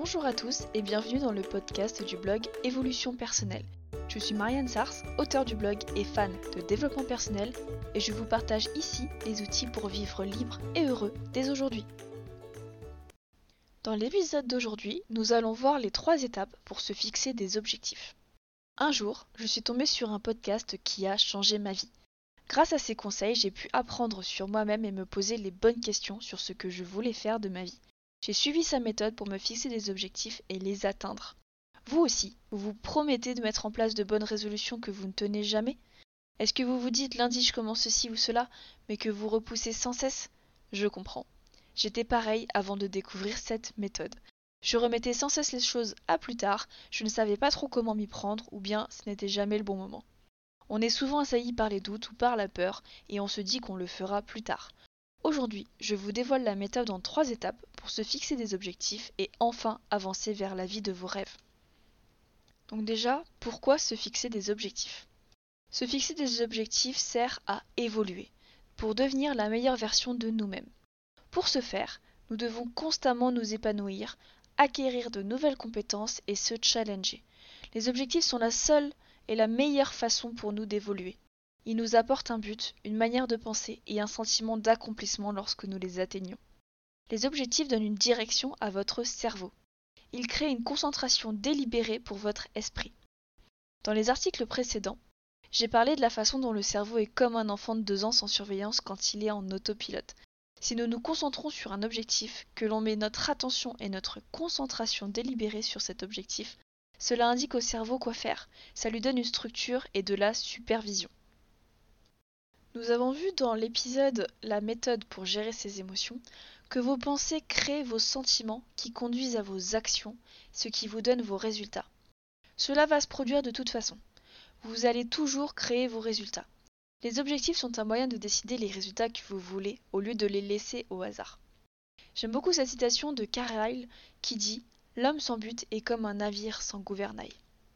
Bonjour à tous et bienvenue dans le podcast du blog Évolution Personnelle. Je suis Marianne Sars, auteure du blog et fan de développement personnel et je vous partage ici les outils pour vivre libre et heureux dès aujourd'hui. Dans l'épisode d'aujourd'hui, nous allons voir les 3 étapes pour se fixer des objectifs. Un jour, je suis tombée sur un podcast qui a changé ma vie. Grâce à ses conseils, j'ai pu apprendre sur moi-même et me poser les bonnes questions sur ce que je voulais faire de ma vie. J'ai suivi sa méthode pour me fixer des objectifs et les atteindre. Vous aussi, vous vous promettez de mettre en place de bonnes résolutions que vous ne tenez jamais ? Est-ce que vous vous dites lundi je commence ceci ou cela, mais que vous repoussez sans cesse ? Je comprends. J'étais pareil avant de découvrir cette méthode. Je remettais sans cesse les choses à plus tard, je ne savais pas trop comment m'y prendre ou bien ce n'était jamais le bon moment. On est souvent assailli par les doutes ou par la peur et on se dit qu'on le fera plus tard. Aujourd'hui, je vous dévoile la méthode en 3 étapes pour se fixer des objectifs et enfin avancer vers la vie de vos rêves. Donc déjà, pourquoi se fixer des objectifs ? Se fixer des objectifs sert à évoluer, pour devenir la meilleure version de nous-mêmes. Pour ce faire, nous devons constamment nous épanouir, acquérir de nouvelles compétences et se challenger. Les objectifs sont la seule et la meilleure façon pour nous d'évoluer. Ils nous apportent un but, une manière de penser et un sentiment d'accomplissement lorsque nous les atteignons. Les objectifs donnent une direction à votre cerveau. Ils créent une concentration délibérée pour votre esprit. Dans les articles précédents, j'ai parlé de la façon dont le cerveau est comme un enfant de 2 ans sans surveillance quand il est en autopilote. Si nous nous concentrons sur un objectif, que l'on met notre attention et notre concentration délibérée sur cet objectif, cela indique au cerveau quoi faire, ça lui donne une structure et de la supervision. Nous avons vu dans l'épisode « La méthode pour gérer ses émotions » que vos pensées créent vos sentiments qui conduisent à vos actions, ce qui vous donne vos résultats. Cela va se produire de toute façon. Vous allez toujours créer vos résultats. Les objectifs sont un moyen de décider les résultats que vous voulez au lieu de les laisser au hasard. J'aime beaucoup cette citation de Carlyle qui dit « L'homme sans but est comme un navire sans gouvernail ».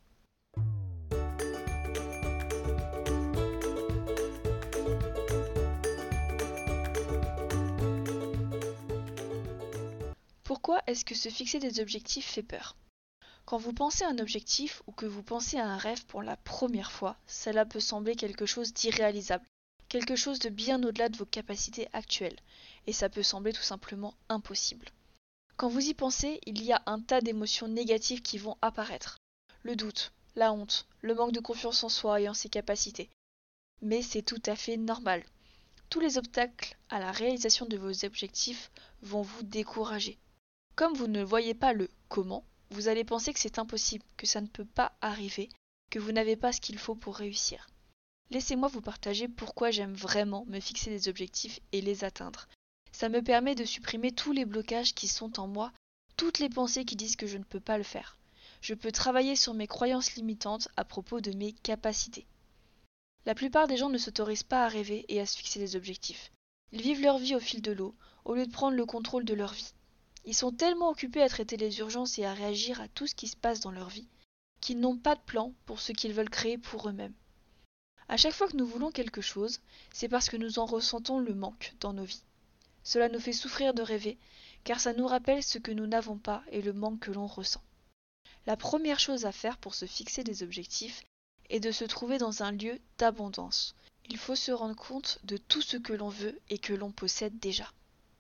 Pourquoi est-ce que se fixer des objectifs fait peur ? Quand vous pensez à un objectif ou que vous pensez à un rêve pour la première fois, cela peut sembler quelque chose d'irréalisable, quelque chose de bien au-delà de vos capacités actuelles, et ça peut sembler tout simplement impossible. Quand vous y pensez, il y a un tas d'émotions négatives qui vont apparaître. Le doute, la honte, le manque de confiance en soi et en ses capacités. Mais c'est tout à fait normal. Tous les obstacles à la réalisation de vos objectifs vont vous décourager. Comme vous ne voyez pas le « comment », vous allez penser que c'est impossible, que ça ne peut pas arriver, que vous n'avez pas ce qu'il faut pour réussir. Laissez-moi vous partager pourquoi j'aime vraiment me fixer des objectifs et les atteindre. Ça me permet de supprimer tous les blocages qui sont en moi, toutes les pensées qui disent que je ne peux pas le faire. Je peux travailler sur mes croyances limitantes à propos de mes capacités. La plupart des gens ne s'autorisent pas à rêver et à se fixer des objectifs. Ils vivent leur vie au fil de l'eau, au lieu de prendre le contrôle de leur vie. Ils sont tellement occupés à traiter les urgences et à réagir à tout ce qui se passe dans leur vie, qu'ils n'ont pas de plan pour ce qu'ils veulent créer pour eux-mêmes. À chaque fois que nous voulons quelque chose, c'est parce que nous en ressentons le manque dans nos vies. Cela nous fait souffrir de rêver, car ça nous rappelle ce que nous n'avons pas et le manque que l'on ressent. La première chose à faire pour se fixer des objectifs est de se trouver dans un lieu d'abondance. Il faut se rendre compte de tout ce que l'on veut et que l'on possède déjà.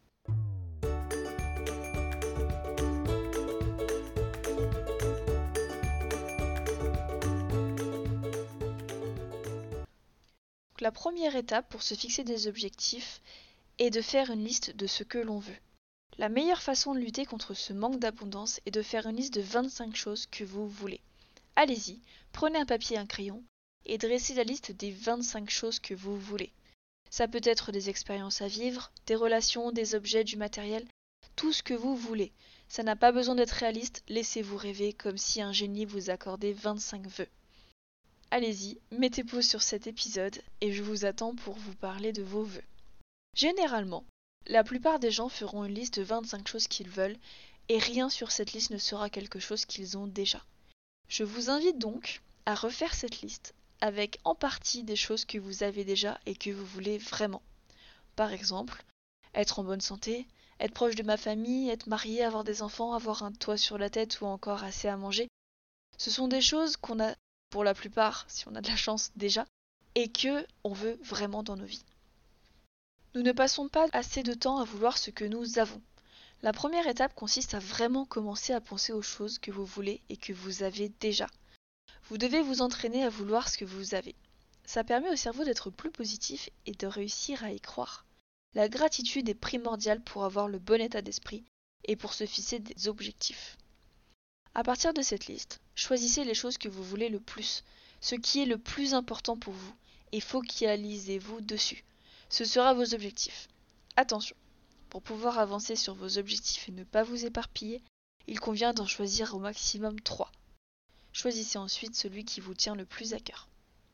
La première étape pour se fixer des objectifs est de faire une liste de ce que l'on veut. La meilleure façon de lutter contre ce manque d'abondance est de faire une liste de 25 choses que vous voulez. Allez-y, prenez un papier et un crayon et dressez la liste des 25 choses que vous voulez. Ça peut être des expériences à vivre, des relations, des objets, du matériel, tout ce que vous voulez. Ça n'a pas besoin d'être réaliste, laissez-vous rêver comme si un génie vous accordait 25 vœux. Allez-y, mettez pause sur cet épisode et je vous attends pour vous parler de vos vœux. Généralement, la plupart des gens feront une liste de 25 choses qu'ils veulent et rien sur cette liste ne sera quelque chose qu'ils ont déjà. Je vous invite donc à refaire cette liste avec en partie des choses que vous avez déjà et que vous voulez vraiment. Par exemple, être en bonne santé, être proche de ma famille, être marié, avoir des enfants, avoir un toit sur la tête ou encore assez à manger. Ce sont des choses qu'on a, pour la plupart, si on a de la chance déjà, et que on veut vraiment dans nos vies. Nous ne passons pas assez de temps à vouloir ce que nous avons. La première étape consiste à vraiment commencer à penser aux choses que vous voulez et que vous avez déjà. Vous devez vous entraîner à vouloir ce que vous avez. Ça permet au cerveau d'être plus positif et de réussir à y croire. La gratitude est primordiale pour avoir le bon état d'esprit et pour se fixer des objectifs. À partir de cette liste, choisissez les choses que vous voulez le plus, ce qui est le plus important pour vous, et focalisez-vous dessus. Ce sera vos objectifs. Attention, pour pouvoir avancer sur vos objectifs et ne pas vous éparpiller, il convient d'en choisir au maximum 3. Choisissez ensuite celui qui vous tient le plus à cœur.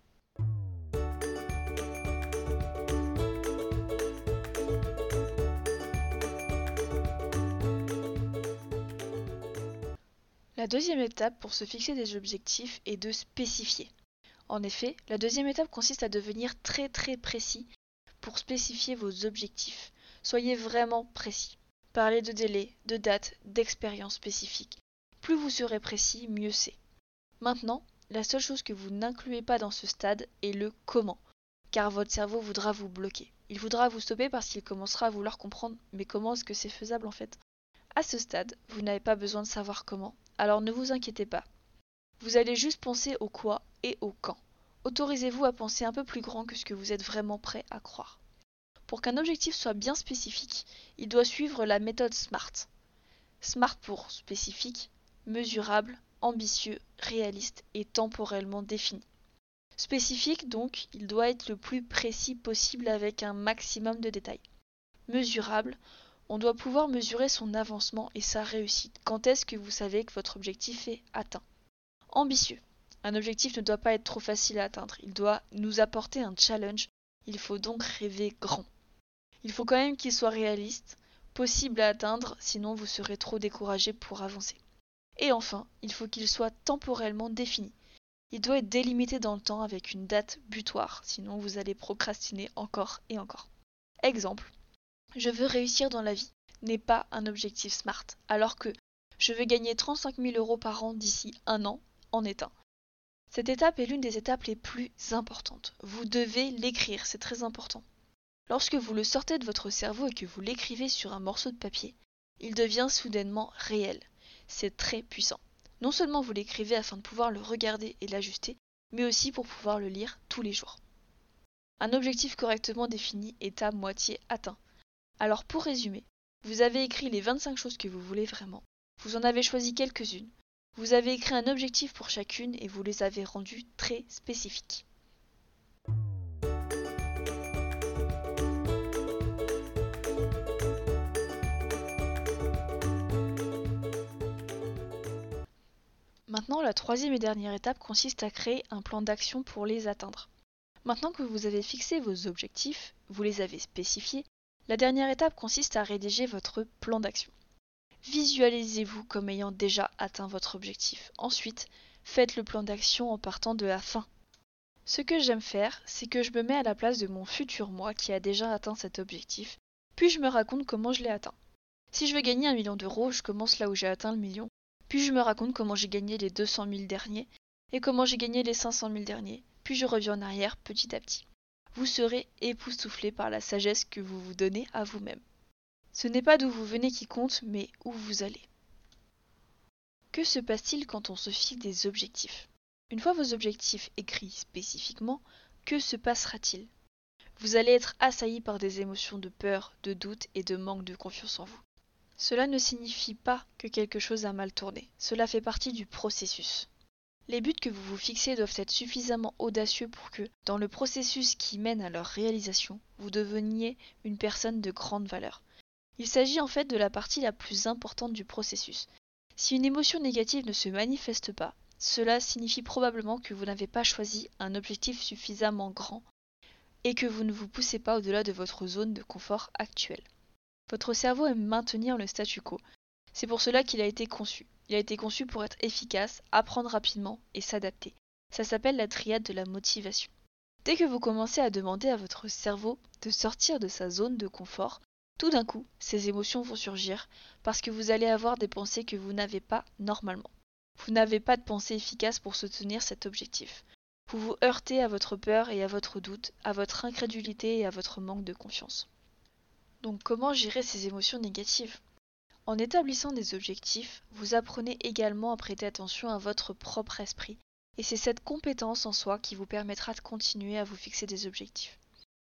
La deuxième étape pour se fixer des objectifs est de spécifier. En effet, la deuxième étape consiste à devenir très précis pour spécifier vos objectifs. Soyez vraiment précis. Parlez de délai, de date, d'expérience spécifique. Plus vous serez précis, mieux c'est. Maintenant, la seule chose que vous n'incluez pas dans ce stade est le comment, car votre cerveau voudra vous bloquer. Il voudra vous stopper parce qu'il commencera à vouloir comprendre « mais comment est-ce que c'est faisable en fait ?» À ce stade, vous n'avez pas besoin de savoir comment, alors ne vous inquiétez pas. Vous allez juste penser au quoi et au quand. Autorisez-vous à penser un peu plus grand que ce que vous êtes vraiment prêt à croire. Pour qu'un objectif soit bien spécifique, il doit suivre la méthode SMART. SMART pour spécifique, mesurable, ambitieux, réaliste et temporellement défini. Spécifique donc, il doit être le plus précis possible avec un maximum de détails. Mesurable, on doit pouvoir mesurer son avancement et sa réussite. Quand est-ce que vous savez que votre objectif est atteint ? Ambitieux. Un objectif ne doit pas être trop facile à atteindre. Il doit nous apporter un challenge. Il faut donc rêver grand. Il faut quand même qu'il soit réaliste, possible à atteindre, sinon vous serez trop découragé pour avancer. Et enfin, il faut qu'il soit temporellement défini. Il doit être délimité dans le temps avec une date butoir, sinon vous allez procrastiner encore et encore. Exemple, je veux réussir dans la vie n'est pas un objectif SMART, alors que je veux gagner 35 000 € par an d'ici 1 an en est un. Cette étape est l'une des étapes les plus importantes. Vous devez l'écrire, c'est très important. Lorsque vous le sortez de votre cerveau et que vous l'écrivez sur un morceau de papier, il devient soudainement réel. C'est très puissant. Non seulement vous l'écrivez afin de pouvoir le regarder et l'ajuster, mais aussi pour pouvoir le lire tous les jours. Un objectif correctement défini est à moitié atteint. Alors pour résumer, vous avez écrit les 25 choses que vous voulez vraiment. Vous en avez choisi quelques-unes. Vous avez écrit un objectif pour chacune et vous les avez rendues très spécifiques. Maintenant, la troisième et dernière étape consiste à créer un plan d'action pour les atteindre. Maintenant que vous avez fixé vos objectifs, vous les avez spécifiés, la dernière étape consiste à rédiger votre plan d'action. Visualisez-vous comme ayant déjà atteint votre objectif. Ensuite, faites le plan d'action en partant de la fin. Ce que j'aime faire, c'est que je me mets à la place de mon futur moi qui a déjà atteint cet objectif, puis je me raconte comment je l'ai atteint. Si je veux gagner 1 million d'euros, je commence là où j'ai atteint le million, puis je me raconte comment j'ai gagné les 200 000 derniers, et comment j'ai gagné les 500 000 derniers, puis je reviens en arrière petit à petit. Vous serez époustouflé par la sagesse que vous vous donnez à vous-même. Ce n'est pas d'où vous venez qui compte, mais où vous allez. Que se passe-t-il quand on se fixe des objectifs ? Une fois vos objectifs écrits spécifiquement, que se passera-t-il ? Vous allez être assailli par des émotions de peur, de doute et de manque de confiance en vous. Cela ne signifie pas que quelque chose a mal tourné, cela fait partie du processus. Les buts que vous vous fixez doivent être suffisamment audacieux pour que, dans le processus qui mène à leur réalisation, vous deveniez une personne de grande valeur. Il s'agit en fait de la partie la plus importante du processus. Si une émotion négative ne se manifeste pas, cela signifie probablement que vous n'avez pas choisi un objectif suffisamment grand et que vous ne vous poussez pas au-delà de votre zone de confort actuelle. Votre cerveau aime maintenir le statu quo. C'est pour cela qu'il a été conçu. Il a été conçu pour être efficace, apprendre rapidement et s'adapter. Ça s'appelle la triade de la motivation. Dès que vous commencez à demander à votre cerveau de sortir de sa zone de confort, Tout d'un coup, ces émotions vont surgir parce que vous allez avoir des pensées que vous n'avez pas normalement. Vous n'avez pas de pensée efficace pour soutenir cet objectif. Vous vous heurtez à votre peur et à votre doute, à votre incrédulité et à votre manque de confiance. Donc comment gérer ces émotions négatives ? En établissant des objectifs, vous apprenez également à prêter attention à votre propre esprit. Et c'est cette compétence en soi qui vous permettra de continuer à vous fixer des objectifs.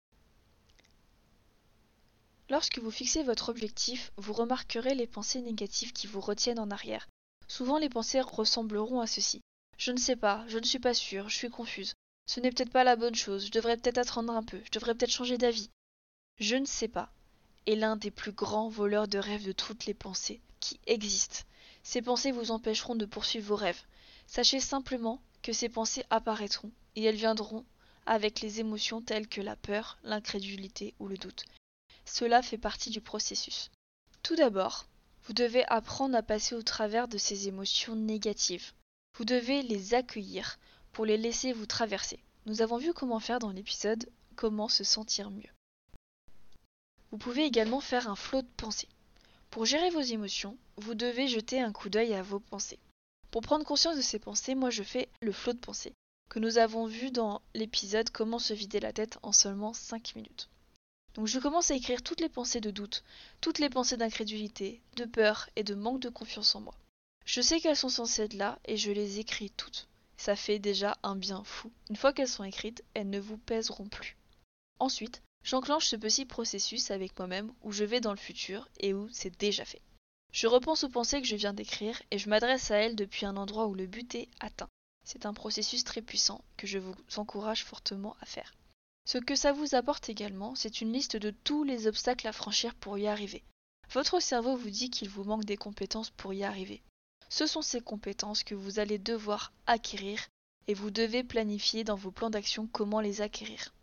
Lorsque vous fixez votre objectif, vous remarquerez les pensées négatives qui vous retiennent en arrière. Souvent les pensées ressembleront à ceci. Je ne sais pas, je ne suis pas sûre, je suis confuse. Ce n'est peut-être pas la bonne chose, je devrais peut-être attendre un peu, je devrais peut-être changer d'avis. Je ne sais pas est l'un des plus grands voleurs de rêves de toutes les pensées qui existent. Ces pensées vous empêcheront de poursuivre vos rêves. Sachez simplement que ces pensées apparaîtront et elles viendront avec les émotions telles que la peur, l'incrédulité ou le doute. Cela fait partie du processus. Tout d'abord, vous devez apprendre à passer au travers de ces émotions négatives. Vous devez les accueillir pour les laisser vous traverser. Nous avons vu comment faire dans l'épisode « Comment se sentir mieux ». Vous pouvez également faire un flot de pensées. Pour gérer vos émotions, vous devez jeter un coup d'œil à vos pensées. Pour prendre conscience de ces pensées, moi je fais le flot de pensées, que nous avons vu dans l'épisode « Comment se vider la tête en seulement 5 minutes ». Donc je commence à écrire toutes les pensées de doute, toutes les pensées d'incrédulité, de peur et de manque de confiance en moi. Je sais qu'elles sont censées être là et je les écris toutes. Ça fait déjà un bien fou. Une fois qu'elles sont écrites, elles ne vous pèseront plus. Ensuite, j'enclenche ce petit processus avec moi-même où je vais dans le futur et où c'est déjà fait. Je repense aux pensées que je viens d'écrire et je m'adresse à elles depuis un endroit où le but est atteint. C'est un processus très puissant que je vous encourage fortement à faire. Ce que ça vous apporte également, c'est une liste de tous les obstacles à franchir pour y arriver. Votre cerveau vous dit qu'il vous manque des compétences pour y arriver. Ce sont ces compétences que vous allez devoir acquérir et vous devez planifier dans vos plans d'action comment les acquérir.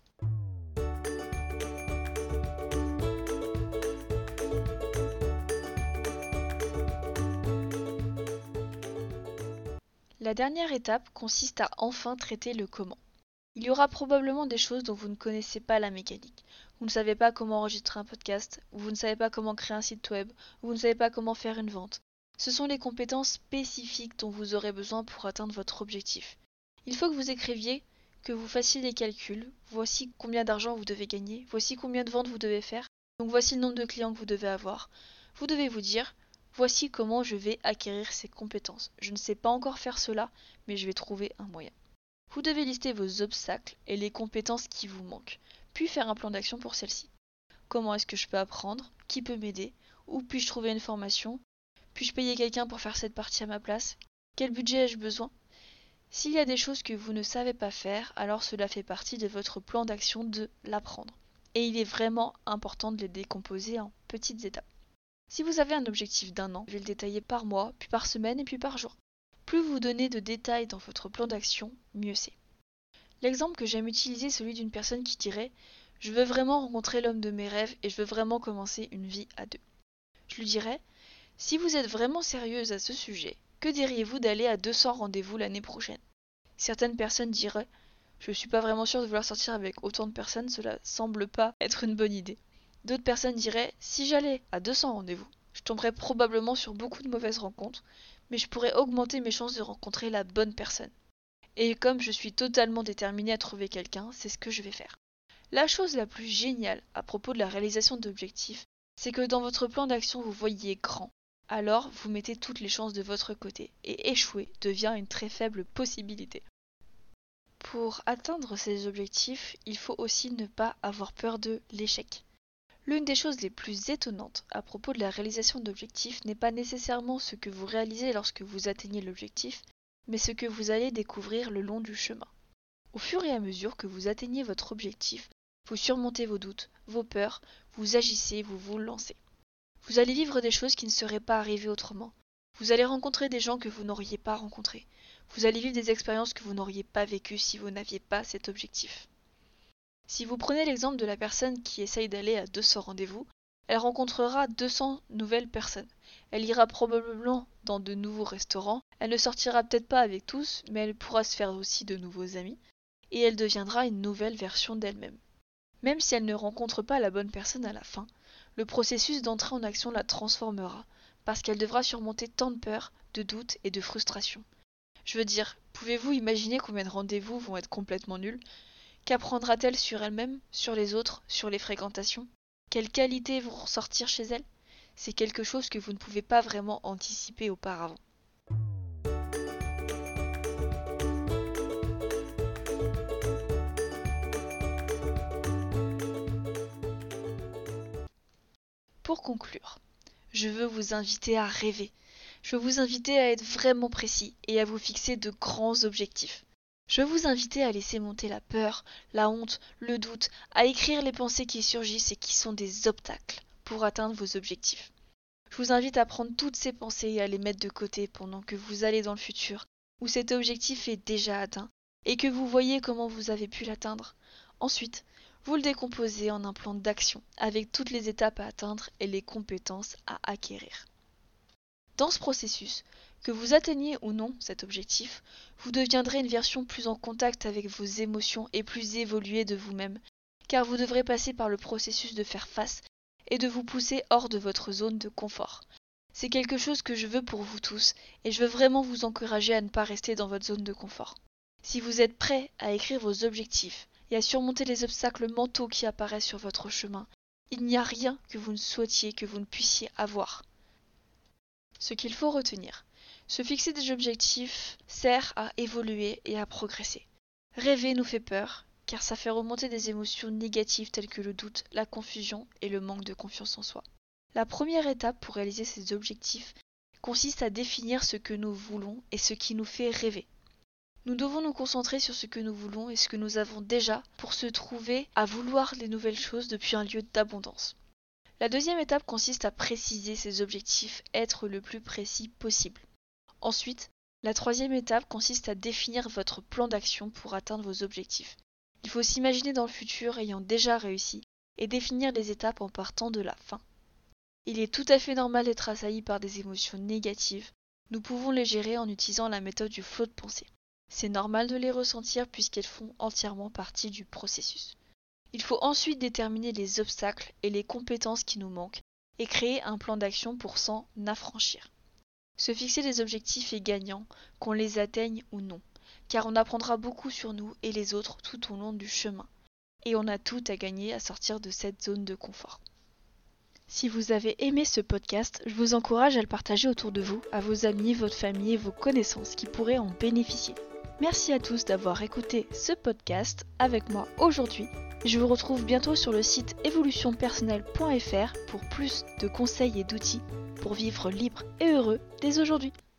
La dernière étape consiste à enfin traiter le comment. Il y aura probablement des choses dont vous ne connaissez pas la mécanique. Vous ne savez pas comment enregistrer un podcast, ou vous ne savez pas comment créer un site web, ou vous ne savez pas comment faire une vente. Ce sont les compétences spécifiques dont vous aurez besoin pour atteindre votre objectif. Il faut que vous écriviez, que vous fassiez les calculs, voici combien d'argent vous devez gagner, voici combien de ventes vous devez faire, donc voici le nombre de clients que vous devez avoir. Vous devez vous dire, voici comment je vais acquérir ces compétences. Je ne sais pas encore faire cela, mais je vais trouver un moyen. Vous devez lister vos obstacles et les compétences qui vous manquent, puis faire un plan d'action pour celles-ci. Comment est-ce que je peux apprendre? Qui peut m'aider? Où puis-je trouver une formation? Puis-je payer quelqu'un pour faire cette partie à ma place? Quel budget ai-je besoin? S'il y a des choses que vous ne savez pas faire, alors cela fait partie de votre plan d'action de l'apprendre. Et il est vraiment important de les décomposer en petites étapes. Si vous avez un objectif d'1 an, je vais le détailler par mois, puis par semaine et puis par jour. Plus vous donnez de détails dans votre plan d'action, mieux c'est. L'exemple que j'aime utiliser est celui d'une personne qui dirait « Je veux vraiment rencontrer l'homme de mes rêves et je veux vraiment commencer une vie à 2 ». Je lui dirais « Si vous êtes vraiment sérieuse à ce sujet, que diriez-vous d'aller à 200 rendez-vous l'année prochaine ?» Certaines personnes diraient « Je ne suis pas vraiment sûre de vouloir sortir avec autant de personnes, cela semble pas être une bonne idée. » D'autres personnes diraient « Si j'allais à 200 rendez-vous, je tomberais probablement sur beaucoup de mauvaises rencontres, mais je pourrais augmenter mes chances de rencontrer la bonne personne. Et comme je suis totalement déterminée à trouver quelqu'un, c'est ce que je vais faire. » La chose la plus géniale à propos de la réalisation d'objectifs, c'est que dans votre plan d'action vous voyez grand. Alors vous mettez toutes les chances de votre côté, et échouer devient une très faible possibilité. Pour atteindre ces objectifs, il faut aussi ne pas avoir peur de l'échec. L'une des choses les plus étonnantes à propos de la réalisation d'objectifs n'est pas nécessairement ce que vous réalisez lorsque vous atteignez l'objectif, mais ce que vous allez découvrir le long du chemin. Au fur et à mesure que vous atteignez votre objectif, vous surmontez vos doutes, vos peurs, vous agissez, vous vous lancez. Vous allez vivre des choses qui ne seraient pas arrivées autrement. Vous allez rencontrer des gens que vous n'auriez pas rencontrés. Vous allez vivre des expériences que vous n'auriez pas vécues si vous n'aviez pas cet objectif. Si vous prenez l'exemple de la personne qui essaye d'aller à 200 rendez-vous, elle rencontrera 200 nouvelles personnes. Elle ira probablement dans de nouveaux restaurants, elle ne sortira peut-être pas avec tous, mais elle pourra se faire aussi de nouveaux amis, et elle deviendra une nouvelle version d'elle-même. Même si elle ne rencontre pas la bonne personne à la fin, Le processus d'entrée en action la transformera, parce qu'elle devra surmonter tant de peurs, de doutes et de frustrations. Je veux dire, pouvez-vous imaginer combien de rendez-vous vont être complètement nuls? Qu'apprendra-t-elle sur elle-même, sur les autres, sur les fréquentations? Quelles qualités vont ressortir chez elle? C'est quelque chose que vous ne pouvez pas vraiment anticiper auparavant. Pour conclure, je veux vous inviter à rêver. Je veux vous inviter à être vraiment précis et à vous fixer de grands objectifs. Je veux vous inviter à laisser monter la peur, la honte, le doute, à écrire les pensées qui surgissent et qui sont des obstacles pour atteindre vos objectifs. Je vous invite à prendre toutes ces pensées et à les mettre de côté pendant que vous allez dans le futur, où cet objectif est déjà atteint, et que vous voyez comment vous avez pu l'atteindre. Ensuite, vous le décomposez en un plan d'action, avec toutes les étapes à atteindre et les compétences à acquérir. Dans ce processus, que vous atteigniez ou non cet objectif, vous deviendrez une version plus en contact avec vos émotions et plus évoluée de vous-même, car vous devrez passer par le processus de faire face et de vous pousser hors de votre zone de confort. C'est quelque chose que je veux pour vous tous, et je veux vraiment vous encourager à ne pas rester dans votre zone de confort. Si vous êtes prêt à écrire vos objectifs et à surmonter les obstacles mentaux qui apparaissent sur votre chemin, il n'y a rien que vous ne souhaitiez que vous ne puissiez avoir. Ce qu'il faut retenir, se fixer des objectifs sert à évoluer et à progresser. Rêver nous fait peur, car ça fait remonter des émotions négatives telles que le doute, la confusion et le manque de confiance en soi. La première étape pour réaliser ces objectifs consiste à définir ce que nous voulons et ce qui nous fait rêver. Nous devons nous concentrer sur ce que nous voulons et ce que nous avons déjà pour se trouver à vouloir les nouvelles choses depuis un lieu d'abondance. La deuxième étape consiste à préciser ces objectifs, être le plus précis possible. Ensuite, la troisième étape consiste à définir votre plan d'action pour atteindre vos objectifs. Il faut s'imaginer dans le futur ayant déjà réussi et définir les étapes en partant de la fin. Il est tout à fait normal d'être assailli par des émotions négatives. Nous pouvons les gérer en utilisant la méthode du flot de pensée. C'est normal de les ressentir puisqu'elles font entièrement partie du processus. Il faut ensuite déterminer les obstacles et les compétences qui nous manquent et créer un plan d'action pour s'en affranchir. Se fixer des objectifs est gagnant, qu'on les atteigne ou non, car on apprendra beaucoup sur nous et les autres tout au long du chemin. Et on a tout à gagner à sortir de cette zone de confort. Si vous avez aimé ce podcast, je vous encourage à le partager autour de vous, à vos amis, votre famille et vos connaissances qui pourraient en bénéficier. Merci à tous d'avoir écouté ce podcast avec moi aujourd'hui. Je vous retrouve bientôt sur le site evolutionpersonnelle.fr pour plus de conseils et d'outils pour vivre libre et heureux dès aujourd'hui.